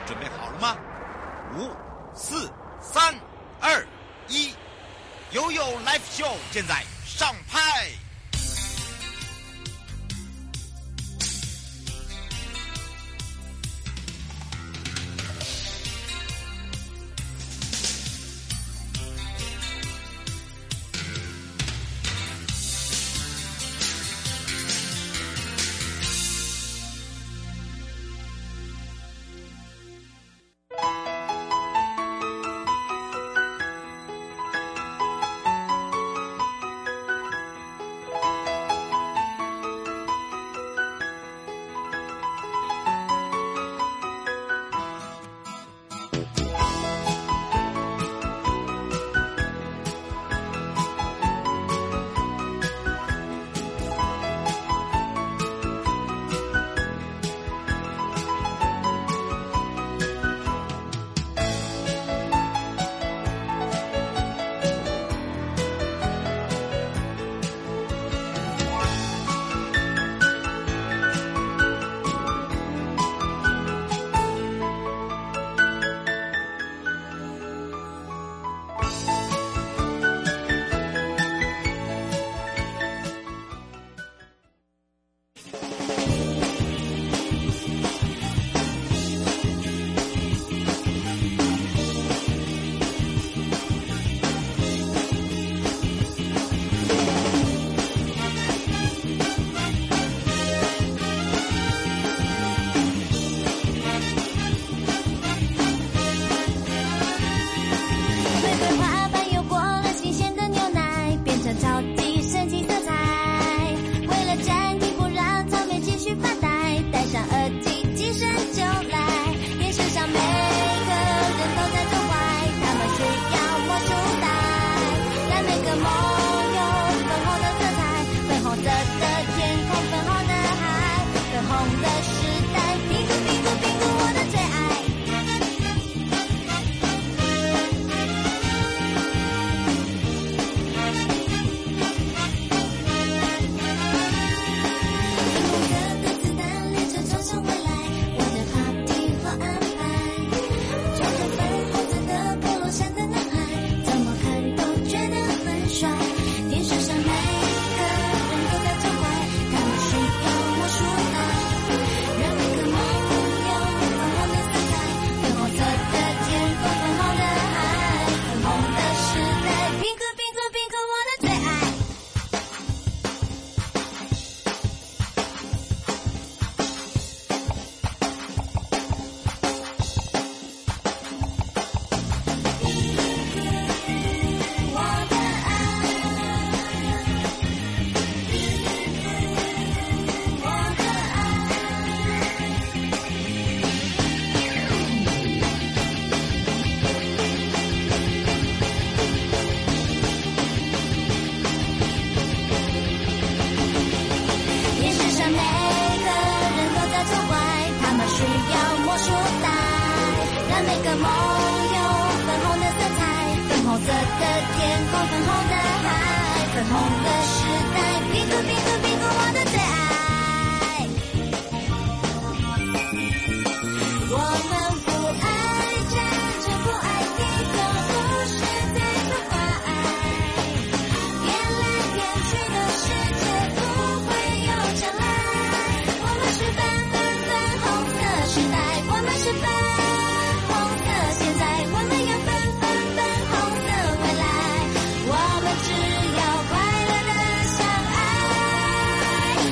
准备好了吗？5、4、3、2、1，悠悠 Live Show 现在上拍。 我们只要快乐的相爱。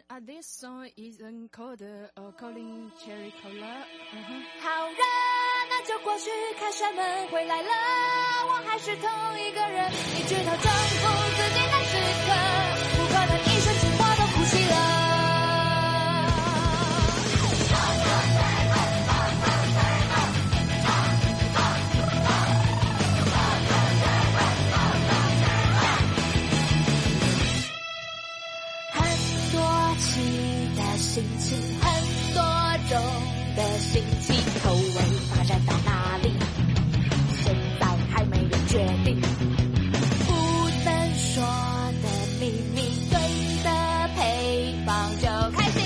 This song is called Calling Cherry Cola。 好人，那就过去开扇门，回来了，我还是同一个人。你知道征服自己的时刻，不可能一瞬间我都哭泣了。心情很多种的心情，口味发展到哪里，现在还没有决定。不能说的秘密，对的配方就开心。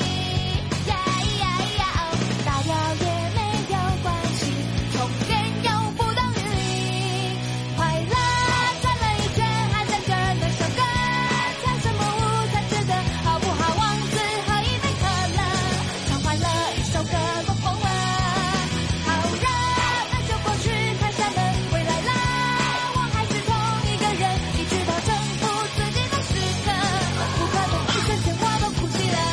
大掉也没有关系，重练又不等于零。快乐转了一圈，还在这儿那首歌，跳什么舞才值得？好不好？王子喝一杯可乐，唱坏了一首歌都疯了。好人，那就过去开扇门，回来了，我还是同一个人。你知道征服自己的时刻，不可能一瞬间我都哭泣了。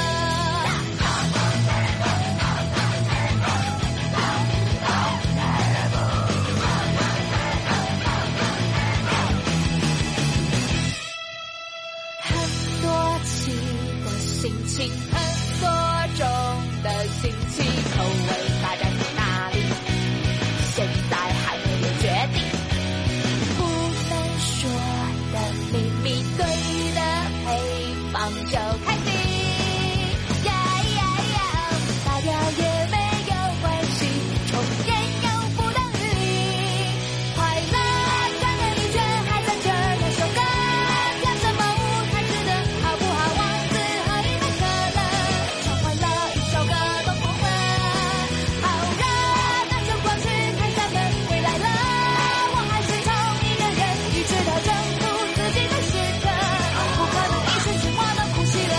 很多期的心情，很多种的心情，口味发展到哪里，现在还没有决定。不能说的秘密，对的配方就开心。大掉也没有关系，重练又不等于零。快乐转了一圈，还在这儿那首歌，跳什么舞才值得？好不好？王子喝一杯可乐，唱坏了一首歌都疯了。好人，那就过去开扇门，回来了，我还是同一个人。你知道征服自己的时刻，不可能一瞬间我都哭泣了。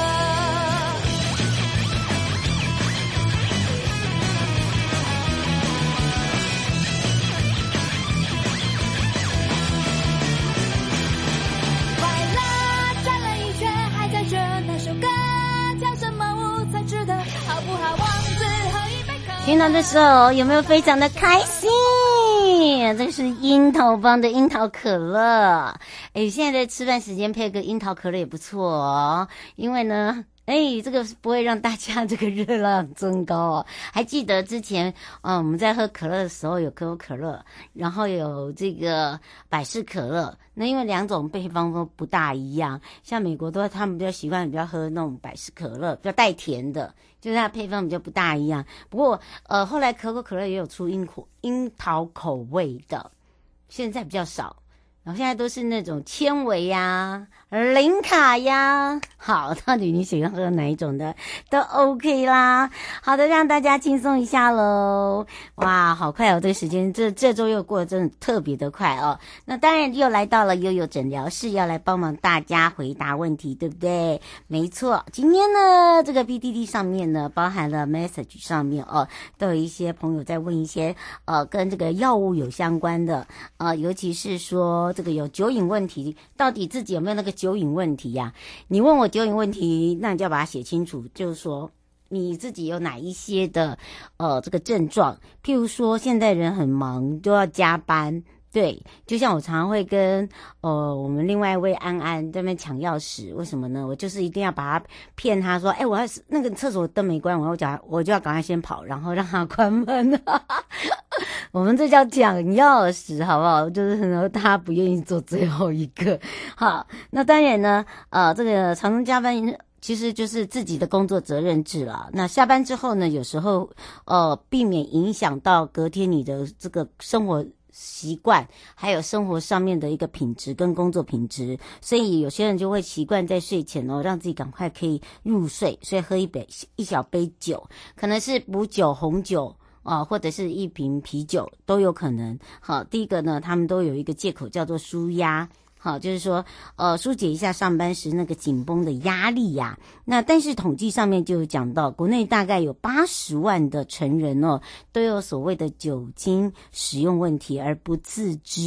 快乐转了一圈，还在这那首歌，跳什么舞才值得？好不好？王子喝一杯可乐。 听到这首有没有非常的开心？这是樱桃帮的樱桃可乐。现在的吃饭时间配个樱桃可乐也不错哦，因为呢这个不会让大家这个热量增高哦。还记得之前我们在喝可乐的时候有可口可乐，然后有这个百事可乐，那因为两种配方都不大一样，像美国他们比较习惯比较喝那种百事可乐，比较带甜的，就是它的配方比较不大一样。不过后来可口可乐也有出樱桃口味的，现在比较少。然后现在都是那种纤维呀、零卡呀。好，到底你喜欢喝哪一种的都 OK 啦。好的，让大家轻松一下咯。哇，好快哦，这个时间这周又过得真的特别的快哦。那当然又来到了悠悠诊疗室，要来帮忙大家回答问题，对不对？没错，今天呢这个 PTT 上面呢包含了 message 上面都有一些朋友在问一些跟这个药物有相关的尤其是说这个有酒瘾问题，到底自己有没有那个酒瘾问题呀？你问我酒瘾问题，那你就要把它写清楚，就是说你自己有哪一些的这个症状，譬如说现在人很忙都要加班，对，就像我常常会跟我们另外一位安安在那边抢钥匙，为什么呢？我就是一定要把他骗他说，我要那个厕所灯没关，我就要赶快先跑，然后让他关门。我们这叫抢钥匙，好不好？就是他不愿意做最后一个。好，那当然呢，这个常常加班其实就是自己的工作责任制啦。那下班之后呢，有时候避免影响到隔天你的这个生活习惯，还有生活上面的一个品质跟工作品质，所以有些人就会习惯在睡前让自己赶快可以入睡，所以喝一小杯酒，可能是补酒、红酒或者是一瓶啤酒都有可能。好，第一个呢，他们都有一个借口叫做舒压。好，就是说疏解一下上班时那个紧绷的压力呀。那但是统计上面就有讲到，国内大概有80万的成人都有所谓的酒精使用问题而不自知。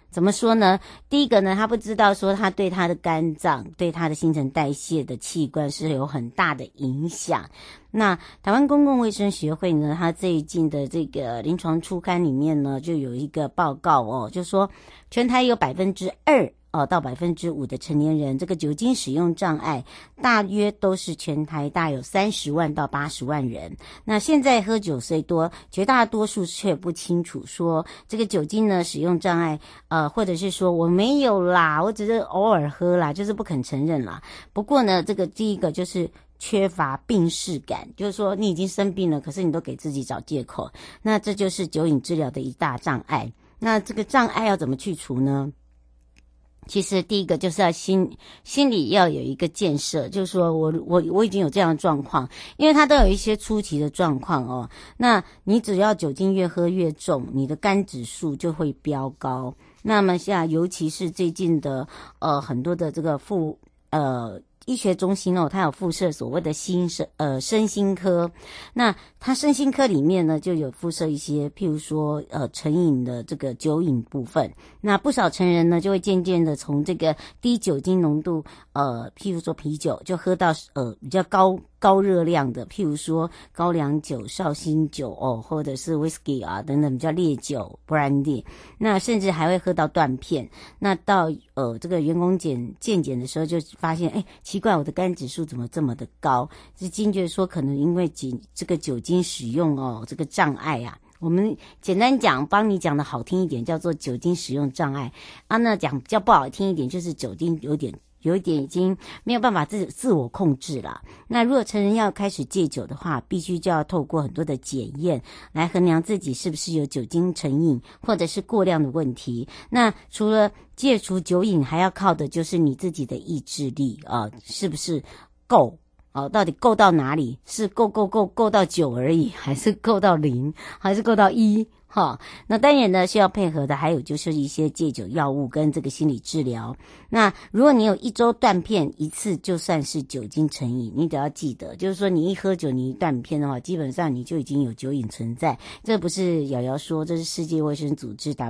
怎么说呢？第一个呢，他不知道说他对他的肝脏、对他的新陈代谢的器官是有很大的影响。那台湾公共卫生学会呢，他最近的这个临床初刊里面呢，就有一个报告哦，就说全台有2%到5%的成年人，这个酒精使用障碍大约都是全台大有30万到80万人。那现在喝酒虽多，绝大多数却不清楚说这个酒精呢使用障碍，或者是说我没有啦，我只是偶尔喝啦，就是不肯承认啦。不过呢，这个第一个就是缺乏病识感，就是说你已经生病了，可是你都给自己找借口，那这就是酒瘾治疗的一大障碍。那这个障碍要怎么去除呢？其实第一个就是要心里要有一个建设，就是说我已经有这样的状况，因为它都有一些初期的状况哦。那你只要酒精越喝越重，你的肝指数就会飙高。那么尤其是最近的很多的这个医学中心哦，它有附设所谓的身心科。那它身心科里面呢，就有附设一些，譬如说成瘾的这个酒瘾部分。那不少成人呢，就会渐渐的从这个低酒精浓度譬如说啤酒，就喝到比较高热量的，譬如说高粱酒、绍兴酒或者是 whisky 啊等等比较烈酒 brandy。那甚至还会喝到断片。那到这个员工健检的时候，就发现奇怪，我的肝指数怎么这么的高？是惊觉说可能因为这个酒精使用这个障碍啊。我们简单讲，帮你讲的好听一点叫做酒精使用障碍啊，那讲比较不好听一点就是酒精有一点已经没有办法自我控制了。那如果成人要开始戒酒的话，必须就要透过很多的检验来衡量自己是不是有酒精成瘾或者是过量的问题。那除了戒除酒瘾，还要靠的就是你自己的意志力是不是够到底够到哪里？是够到9而已，还是够到0，还是够到1？那当然呢，需要配合的还有就是一些戒酒药物跟这个心理治疗。那如果你有1周断片一次，就算是酒精成瘾，你只要记得，就是说你一喝酒，你一断片的话，基本上你就已经有酒瘾存在。这不是瑶瑶说，这是世界卫生组织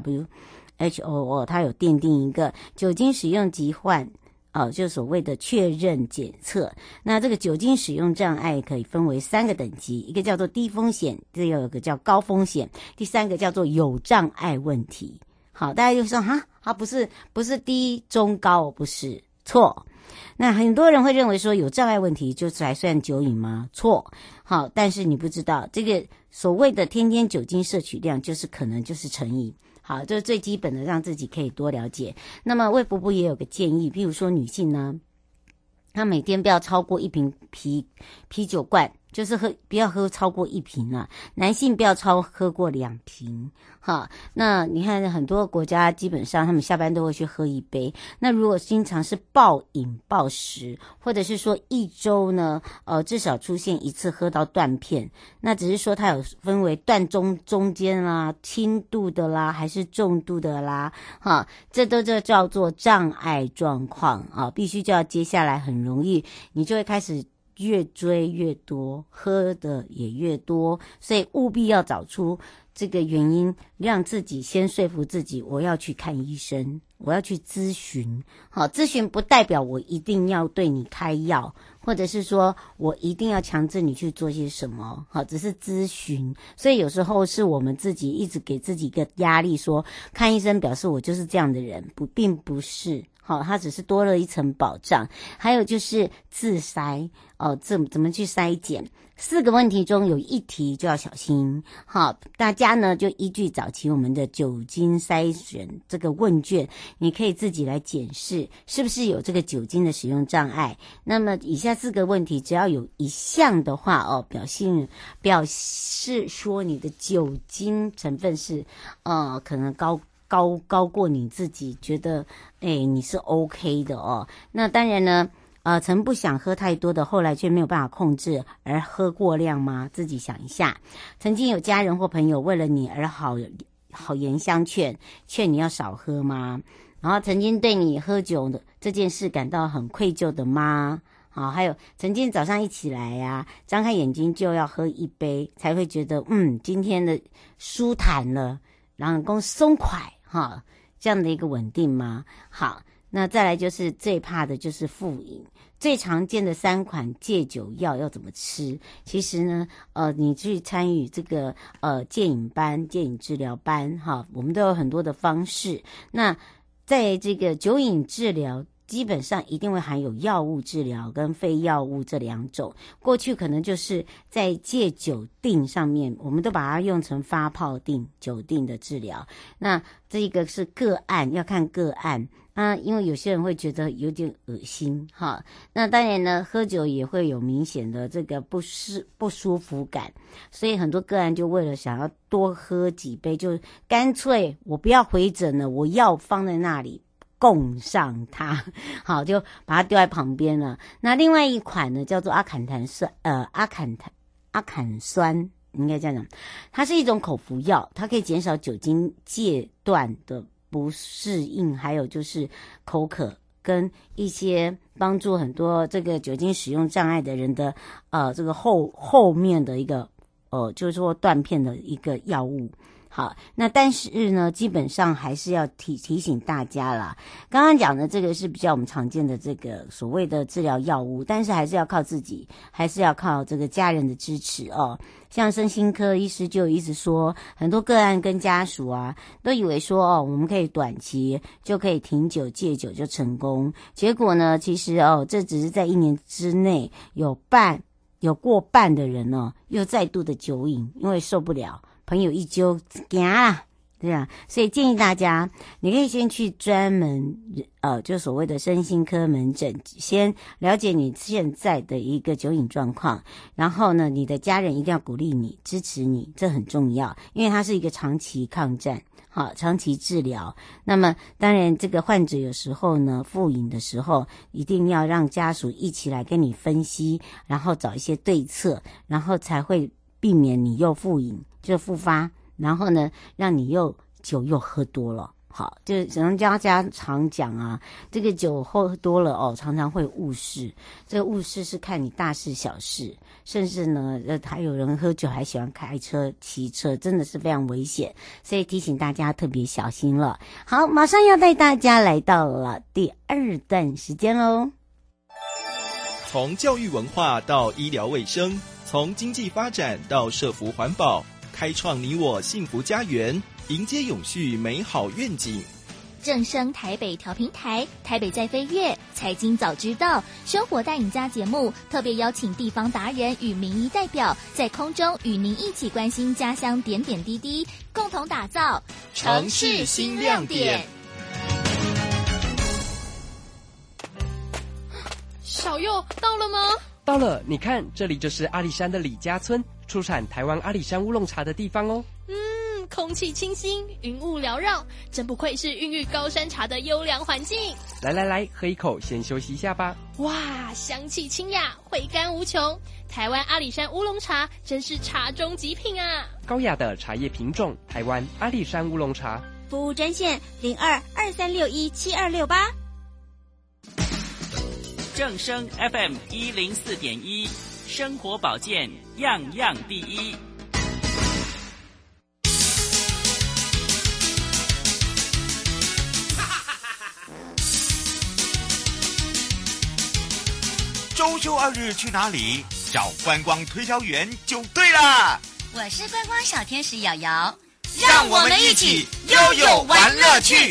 WHO 它有奠定一个酒精使用疾患。就所谓的确认检测。那这个酒精使用障碍可以分为3个等级，一个叫做低风险，第二个叫高风险，第3个叫做有障碍问题。好，大家就说它不是低中高，不是，错。那很多人会认为说有障碍问题就才算酒瘾吗？错。好，但是你不知道这个所谓的天天酒精摄取量可能就是成瘾。好，这是最基本的，让自己可以多了解。那么卫福部也有个建议，譬如说女性呢，她每天不要超过1瓶啤酒罐，就是不要喝超过1瓶啊。男性不要喝过2瓶。那你看很多国家基本上他们下班都会去喝1杯。那如果经常是暴饮暴食，或者是说1周呢至少出现1次喝到断片，那只是说它有分为断中间啦、轻度的啦还是重度的啦这都叫做障碍状况必须就要接下来很容易你就会开始越追越多，喝的也越多，所以务必要找出这个原因，让自己先说服自己，我要去看医生，我要去咨询。咨询不代表我一定要对你开药，或者是说我一定要强制你去做些什么，只是咨询。所以有时候是我们自己一直给自己一个压力，说看医生表示我就是这样的人，并不是。它只是多了一层保障。还有就是自筛怎么去筛检，4个问题中有1题就要小心。大家呢就依据早期我们的酒精筛选这个问卷，你可以自己来检视是不是有这个酒精的使用障碍。那么以下4个问题只要有1项的话表示说你的酒精成分是可能高过你自己觉得你是 OK 的那当然呢曾不想喝太多的，后来却没有办法控制而喝过量吗？自己想一下。曾经有家人或朋友为了你而好言相劝你要少喝吗？然后曾经对你喝酒的这件事感到很愧疚的吗？还有曾经早上一起来张开眼睛就要喝1杯才会觉得今天的舒坦了，然后松快这样的一个稳定吗？好，那再来就是最怕的就是复饮。最常见的3款戒酒药要怎么吃？其实呢，你去参与这个戒瘾班、戒瘾治疗班，哈，我们都有很多的方式。那在这个酒瘾治疗，基本上一定会含有药物治疗跟非药物这2种。过去可能就是在戒酒定上面，我们都把它用成发泡定、酒定的治疗。那这个是个案，要看个案。因为有些人会觉得有点恶心哈，那当然呢，喝酒也会有明显的这个不舒服感，所以很多个案就为了想要多喝几杯，就干脆我不要回诊了，我药放在那里供上它，好，就把它丢在旁边了。那另外一款呢，叫做阿坎酸，应该这样讲，它是一种口服药，它可以减少酒精戒断的不适应，还有就是口渴，跟一些帮助很多这个酒精使用障碍的人的这个后面的一个就是说断片的一个药物。好，那但是呢，基本上还是要提醒大家啦。刚刚讲的这个是比较我们常见的这个所谓的治疗药物，但是还是要靠自己，还是要靠这个家人的支持哦。像身心科医师就一直说，很多个案跟家属啊，都以为说我们可以短期就可以停酒戒酒就成功，结果呢，其实这只是在1年之内有过半的人又再度的酒瘾，因为受不了。朋友一揪行啦，对啊，所以建议大家，你可以先去专门就所谓的身心科门诊，先了解你现在的一个酒瘾状况，然后呢，你的家人一定要鼓励你、支持你，这很重要，因为它是一个长期抗战。好，长期治疗。那么当然这个患者有时候呢复瘾的时候，一定要让家属一起来跟你分析，然后找一些对策，然后才会避免你又复瘾就复发，然后呢让你酒又喝多了。好，就只能家常讲啊，这个酒喝多了常常会误事。这个误事是看你大事小事，甚至呢还有人喝酒还喜欢开车骑车，真的是非常危险，所以提醒大家特别小心了。好，马上要带大家来到了第2段时间咯。 从教育文化到医疗卫生，从经济发展到社福环保，开创你我幸福家园，迎接永续美好愿景。 正声台北调频台，台北在飞跃，财经早知道，生活带你家节目特别邀请地方达人与民意代表，在空中与您一起关心家乡点点滴滴，共同打造城市新亮点。 小佑到了吗？ 到了，你看，这里就是阿里山的李家村，出产台湾阿里山乌龙茶的地方哦。 空气清新，云雾缭绕，真不愧是孕育高山茶的优良环境。 来，喝一口，先休息一下吧。 哇，香气清雅，回甘无穷。台湾阿里山乌龙茶真是茶中极品啊！ 高雅的茶叶品种，台湾阿里山乌龙茶。 服务专线0223617268。 正声 FM 104.1，生活保健样样第一。 周休2日去哪里？找观光推销员就对了。 我是观光小天使瑶瑶， 让我们一起悠悠玩乐趣。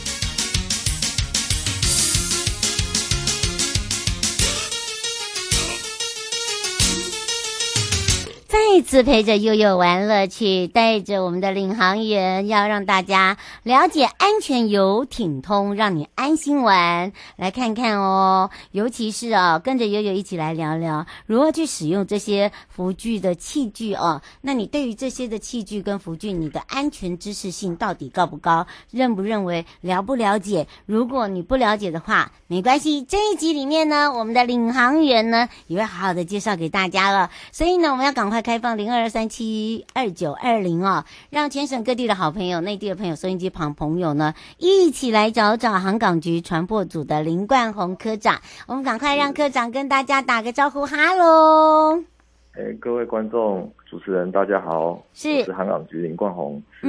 再次陪着悠悠玩乐趣，带着我们的领航员，要让大家了解安全游艇通，让你安心玩。来看看哦，尤其是跟着悠悠一起来聊聊如何去使用这些浮具的器具哦。那你对于这些的器具跟浮具，你的安全知识性到底高不高？认不认为？了不了解？如果你不了解的话，没关系，这一集里面呢，我们的领航员呢也会好好的介绍给大家了。所以呢，我们要赶快开放02372920哦，让全省各地的好朋友、内地的朋友、收音机旁朋友呢，一起来找航港局传播组的林冠宏科长。我们赶快让科长跟大家打个招呼，哈喽！ 各位观众、主持人，大家好，我是航港局林冠宏，是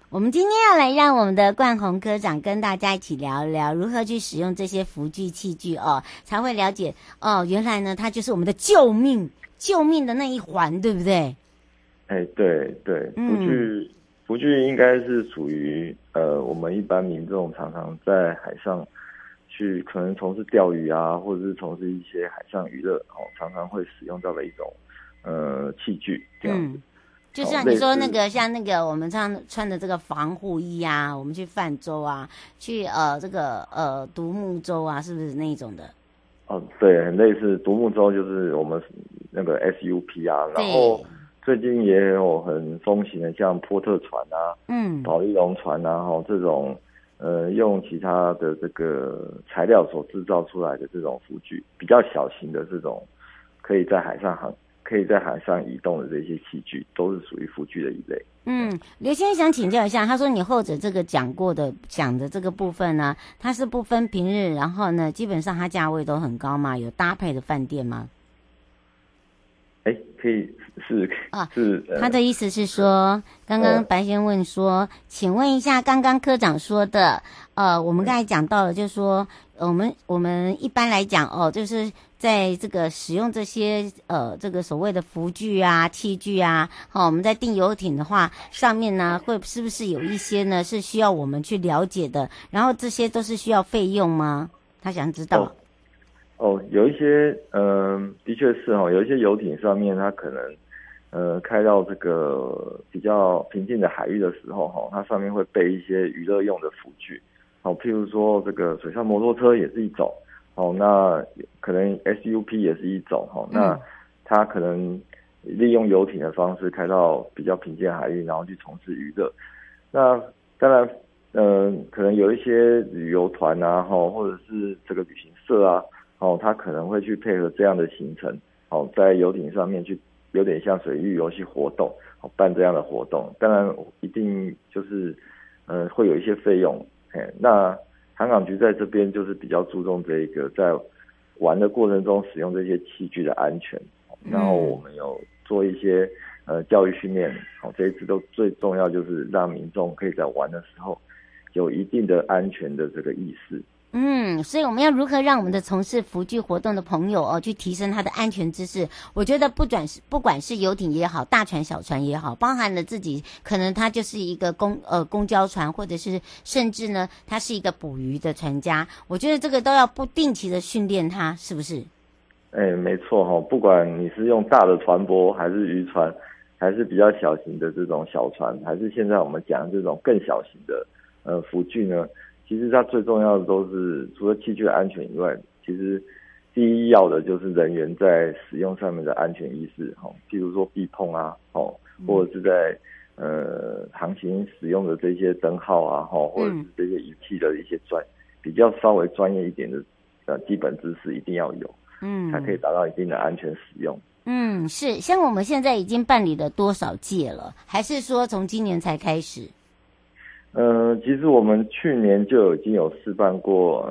我们今天要来让我们的冠宏科长跟大家一起聊一聊如何去使用这些辅具器具哦，才会了解哦，原来呢它就是我们的救命的那一环，对不对？ 对，辅具应该是属于我们一般民众常常在海上去可能从事钓鱼啊，或者是从事一些海上娱乐常常会使用到的一种器具这样子。 就像你说那个，像那个我们穿的这个防护衣啊，我们去泛舟啊，去这个独木舟啊，是不是那一种的？ 对，很类似独木舟，就是我们那个 SUP 啊，然后最近也有很风行的像波特船啊，保丽龙船啊，这种用其他的这个材料所制造出来的这种辅具，比较小型的这种可以在海上移动的这些器具，都是属于辅具的一类。 刘先生想请教一下，他说你后者这个讲的这个部分呢，它是不分平日，然后呢，基本上它价位都很高嘛，有搭配的饭店吗？ 可以是他的意思是说，刚刚白先问说，请问一下，刚刚科长说的，我们刚才讲到了，就是说，我们一般来讲就是在这个使用这些这个所谓的辅具啊、器具啊，我们在订游艇的话，上面呢是不是有一些呢是需要我们去了解的？然后这些都是需要费用吗？他想知道。 有一些的确是有一些游艇上面它可能开到这个比较平静的海域的时候它上面会备一些娱乐用的辅具譬如说这个水上摩托车也是一种那可能 SUP 也是一种那它可能利用游艇的方式开到比较平静的海域，然后去从事娱乐。那当然可能有一些旅游团啊或者是这个旅行社啊他可能会去配合这样的行程在游艇上面去有点像水域游戏活动办这样的活动，当然一定就是会有一些费用。那航港局在这边就是比较注重这一个在玩的过程中使用这些器具的安全，然后我们有做一些教育训练这一次都最重要就是让民众可以在玩的时候有一定的安全的这个意识。 所以我们要如何让我们的从事辅具活动的朋友去提升他的安全知识？我觉得不管是游艇也好，大船小船也好，包含了自己可能他就是一个公交船，或者是甚至呢他是一个捕鱼的船家，我觉得这个都要不定期的训练他，是不是？ 没错不管你是用大的船舶还是渔船，还是比较小型的这种小船，还是现在我们讲的这种更小型的辅具呢，其实它最重要的都是除了器具的安全以外，其实第一要的就是人员在使用上面的安全意识譬如说避碰啊或者是在航行使用的这些灯号啊或者是这些仪器的一些比较稍微专业一点的基本知识一定要有，才可以达到一定的安全使用。 是。像我们现在已经办理了多少届了？还是说从今年才开始？ 其实我们去年就已经有试办过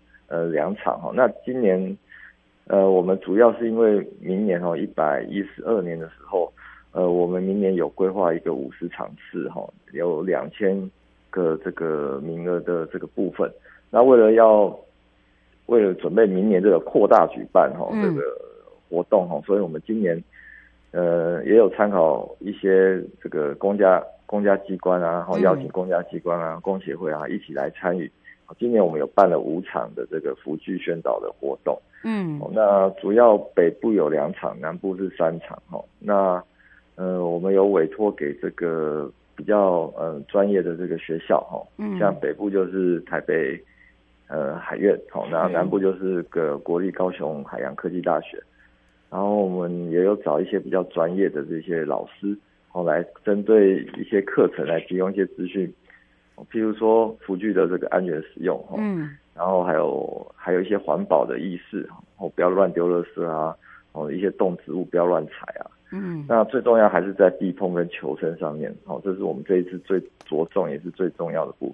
2场那今年我们主要是因为明年112年的时候我们明年有规划一个50场次有2000个这个名额的这个部分。那为了准备明年这个扩大举办这个活动所以我们今年也有参考一些这个公家机关啊，然后邀请公家机关啊、工协会啊一起来参与。今年我们有办了5场的这个辅具宣导的活动。那主要北部有2场，南部是3场。那我们有委托给这个比较专业的这个学校像北部就是台北海院那南部就是个国立高雄海洋科技大学。然后我们也有找一些比较专业的这些老师来针对一些课程来提供一些资讯，譬如说辅具的这个安全使用然后还有一些环保的意识不要乱丢垃圾啊一些动植物不要乱踩啊那最重要还是在避碰跟求生上面这是我们这一次最着重也是最重要的部分。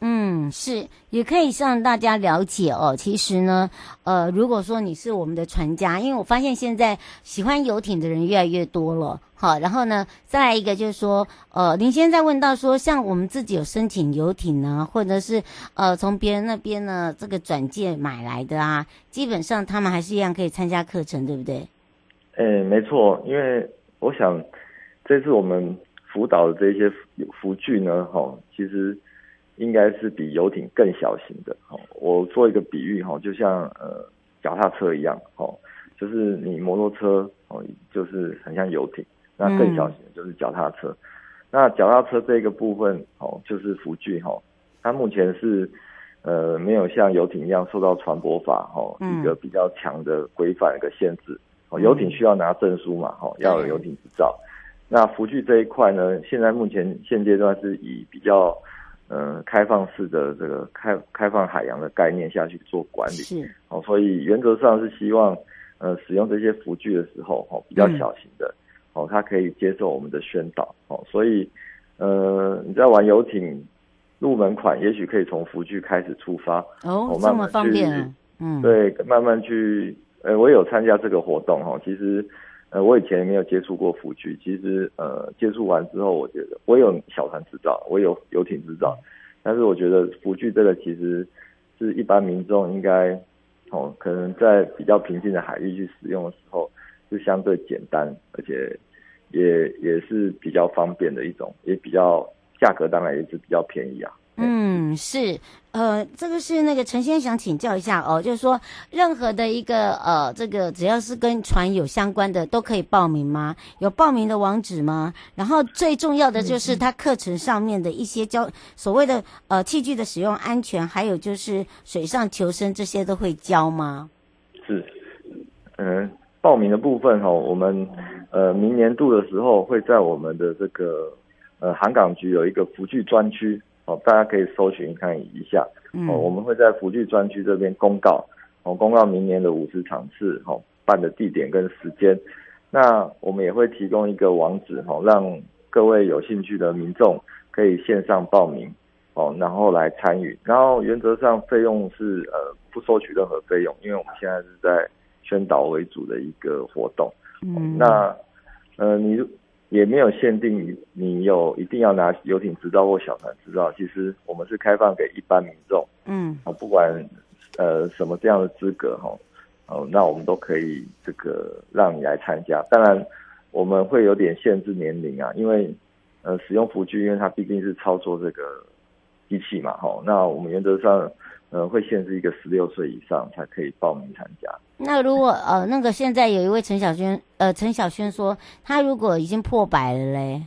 是，也可以让大家了解哦。其实呢，如果说你是我们的船家，因为我发现现在喜欢游艇的人越来越多了。好，然后呢，再来一个就是说，您现在问到说，像我们自己有申请游艇呢，或者是从别人那边呢这个转介买来的啊，基本上他们还是一样可以参加课程，对不对？ 没错，因为我想这次我们辅导的这些浮具呢，其实应该是比游艇更小型的。我做一个比喻，就像脚踏车一样，就是你摩托车就是很像游艇，那更小型的就是脚踏车。那脚踏车这个部分就是浮具，它目前是没有像游艇一样受到船舶法一个比较强的规范一个限制。游艇需要拿证书嘛，要有游艇执照。那浮具这一块呢，目前现阶段是以比较开放式的这个开放海洋的概念下去做管理。是。所以原则上是希望使用这些浮具的时候比较小型的它可以接受我们的宣导所以你在玩游艇入门款也许可以从浮具开始出发这么方便啊。 对，慢慢去我也有参加这个活动其实我以前没有接触过浮具，其实接触完之后，我觉得我有小船执照，我有游艇执照，但是我觉得浮具这个其实是一般民众应该可能在比较平静的海域去使用的时候是相对简单，而且也是比较方便的一种，也比较价格当然也是比较便宜啊。 是，这个是那个陈先生想请教一下就是说任何的一个这个只要是跟船有相关的都可以报名吗？有报名的网址吗？然后最重要的就是他课程上面的一些所谓的器具的使用安全，还有就是水上求生这些都会教吗？ 是，报名的部分我们明年度的时候会在我们的这个航港局有一个浮具专区。大家可以搜寻看一下，我们会在浮具专区这边公告明年的50场次办的地点跟时间。那我们也会提供一个网址让各位有兴趣的民众可以线上报名然后来参与。然后原则上费用是不收取任何费用，因为我们现在是在宣导为主的一个活动。那你也没有限定你一定要拿游艇执照或小船执照，其实我们是开放给一般民众，不管什么这样的资格那我们都可以这个让你来参加。当然我们会有点限制年龄啊，因为使用浮具，因为它毕竟是操作这个机器嘛那我们原则上会限制一个16岁以上才可以报名参加。 那如果那个现在有一位陈小轩说他如果已经破百了嘞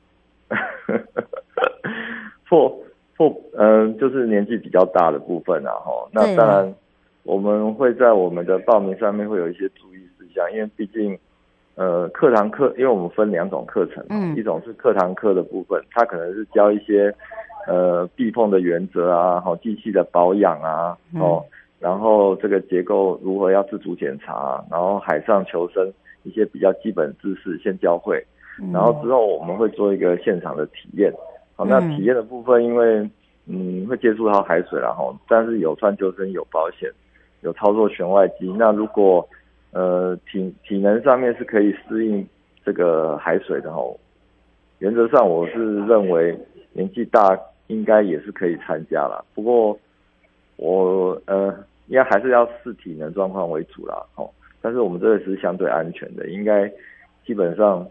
就是年纪比较大的部分那当然我们会在我们的报名上面会有一些注意事项，因为毕竟课堂课，因为我们分2种课程一种是课堂课的部分，它可能是教一些避碰的原则啊机器的保养啊然后这个结构如何要自主检查然后海上求生一些比较基本知识先教会然后之后我们会做一个现场的体验那体验的部分因为会接触到海水啦但是有穿救生有保险有操作舷外机，那如果体能上面是可以适应这个海水的原则上我是认为年纪大应该也是可以参加啦，不过我应该还是要视体能状况为主啦但是我们这个是相对安全的，应该基本上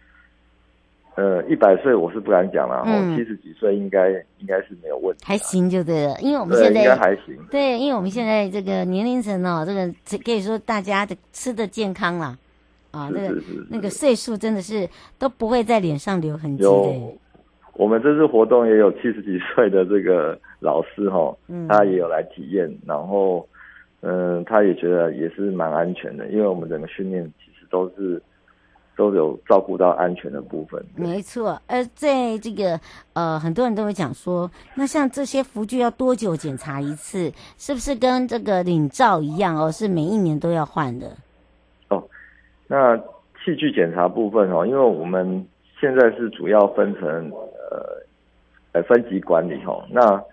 100岁我是不敢讲啦70几岁应该是没有问题， 还行就对了，因为我们现在应该还行。 对，因为我们现在这个年龄层这个可以说大家的吃的健康啦那个岁数真的是都不会在脸上留痕迹的。 我们这次活动也有70几岁的这个老师他也有来体验，然后他也觉得也是蛮安全的，因为我们整个训练其实都有照顾到安全的部分。 没错，在这个很多人都会讲说，那像这些浮具要多久检查一次？是不是跟这个领照一样是每1年都要换的？ 那器具检查部分因为我们现在是主要分成分级管理那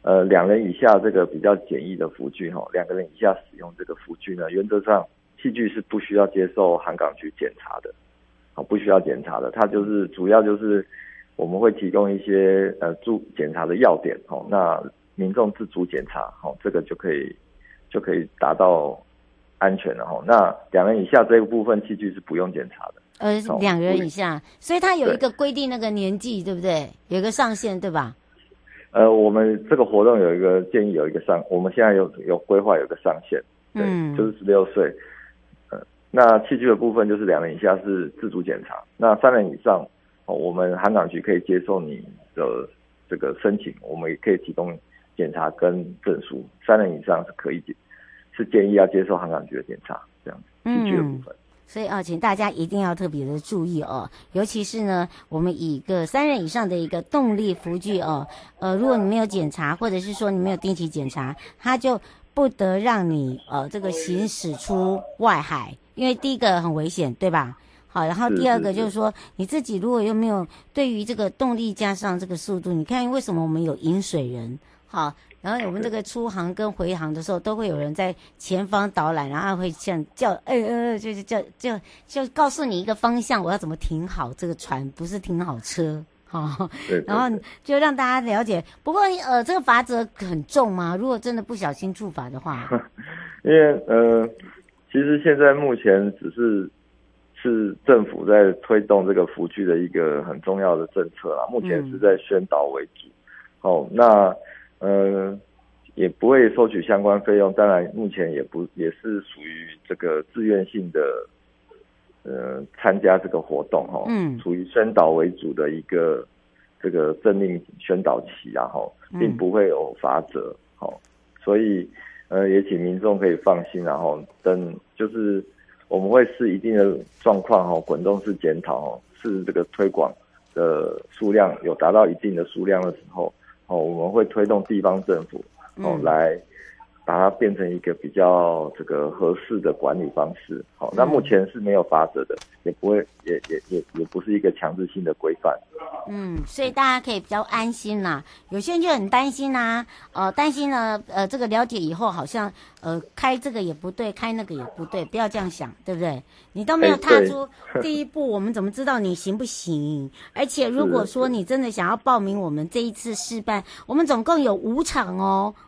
2人以下这个比较简易的浮具2个人以下使用这个浮具呢，原则上器具是不需要接受航港局检查的，不需要检查的。它就是主要就是我们会提供一些检查的要点那民众自主检查这个就可以达到安全了那2人以下这个部分器具是不用检查的。 2人以下，所以它有一个规定那个年纪，对不对？有一个上限，对吧？ 我们这个活动有一个建议，有一个我们现在有规划有一个上限，对，就是16岁。那器具的部分就是2人以下是自主检查，那3人以上，我们航港局可以接受你的这个申请，我们也可以提供检查跟证书。3人以上是建议要接受航港局的检查，这样子器具的部分。 所以请大家一定要特别的注意尤其是呢，我们以一个3人以上的一个动力浮具如果你没有检查，或者是说你没有定期检查，它就不得让你这个行驶出外海，因为第一个很危险，对吧？好，然后第二个就是说你自己如果又没有对于这个动力加上这个速度，你看为什么我们有引水人？好。然后我们这个出航跟回航的时候，都会有人在前方导览，然后会像叫就告诉你一个方向，我要怎么停好这个船，不是停好车，然后就让大家了解。不过这个罚则很重吗？如果真的不小心触法的话？ 因为其实现在目前只是政府在推动这个浮具的一个很重要的政策啦，目前是在宣导为主。那也不会收取相关费用，当然目前也是属于这个自愿性的参加这个活动属于宣导为主的一个这个政令宣导期并不会有罚则所以也请民众可以放心，然后等就是我们会视一定的状况滚动式检讨是这个推广的数量有达到一定的数量的时候我们会推动地方政府来把它变成一个比较这个合适的管理方式。那目前是没有罚则的，也不会也不是一个强制性的规范。 所以大家可以比较安心啦。有些人就很担心担心呢这个了解以后好像开这个也不对，开那个也不对，不要这样想，对不对？你都没有踏出第一步，我们怎么知道你行不行？而且如果说你真的想要报名我们这一次示范，我们总共有5场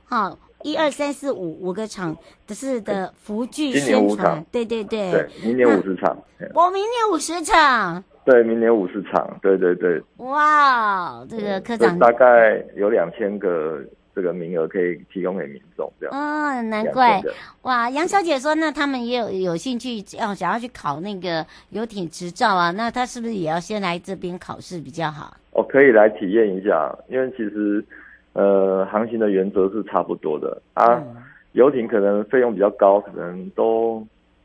1、2、3、4、5个场的浮具宣传，对， 明年50场， 我明年50场。 对，明年50场，对。 哇，这个科长大概有2000个这个名额可以提供给民众，这样。 难怪。哇，杨小姐说，那他们也有兴趣想要去考那个游艇执照啊，那他是不是也要先来这边考试比较好？ 可以来体验一下，因为其实航行的原则是差不多的游艇可能费用比较高，可能都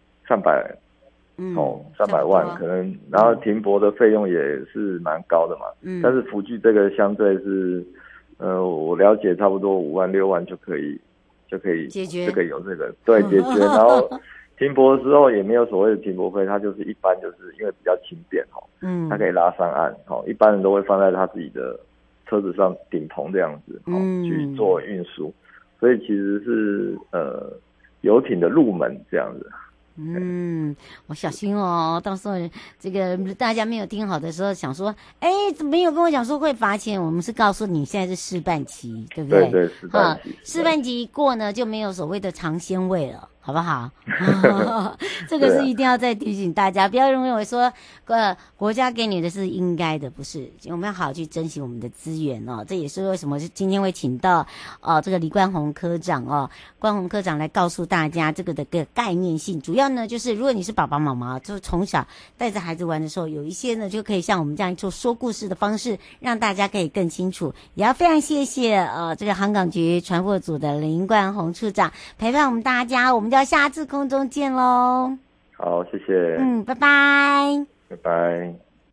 300。300万可能，然后停泊的费用也是蛮高的嘛。但是浮具这个相对是，我了解差不多5万6万就可以解决这个有这个对解决，然后停泊的时候也没有所谓的停泊费，它就是一般就是因为比较轻便它可以拉上岸一般人都会放在他自己的车子上顶棚这样子去做运输，所以其实是游艇的入门这样子。 我小心到时候这个大家没有听好的时候想说怎么没有跟我讲说会罚钱，我们是告诉你现在是示范期，对不对？ 对，示范期。 示范期过呢就没有所谓的尝鲜味了，好不好？这个是一定要再提醒大家，不要认为说国家给你的是应该的，不是，我们要好好去珍惜我们的资源这也是为什么今天会请到这个李冠宏科长冠宏科长来告诉大家这个的个概念性。主要呢就是如果你是爸爸妈妈，就从小带着孩子玩的时候，有一些呢就可以像我们这样做说故事的方式，让大家可以更清楚。也要非常谢谢这个航港局船舶组的林冠宏处长陪伴我们大家，我们就要下次空中见喽。 好，谢谢。 拜拜。 拜拜。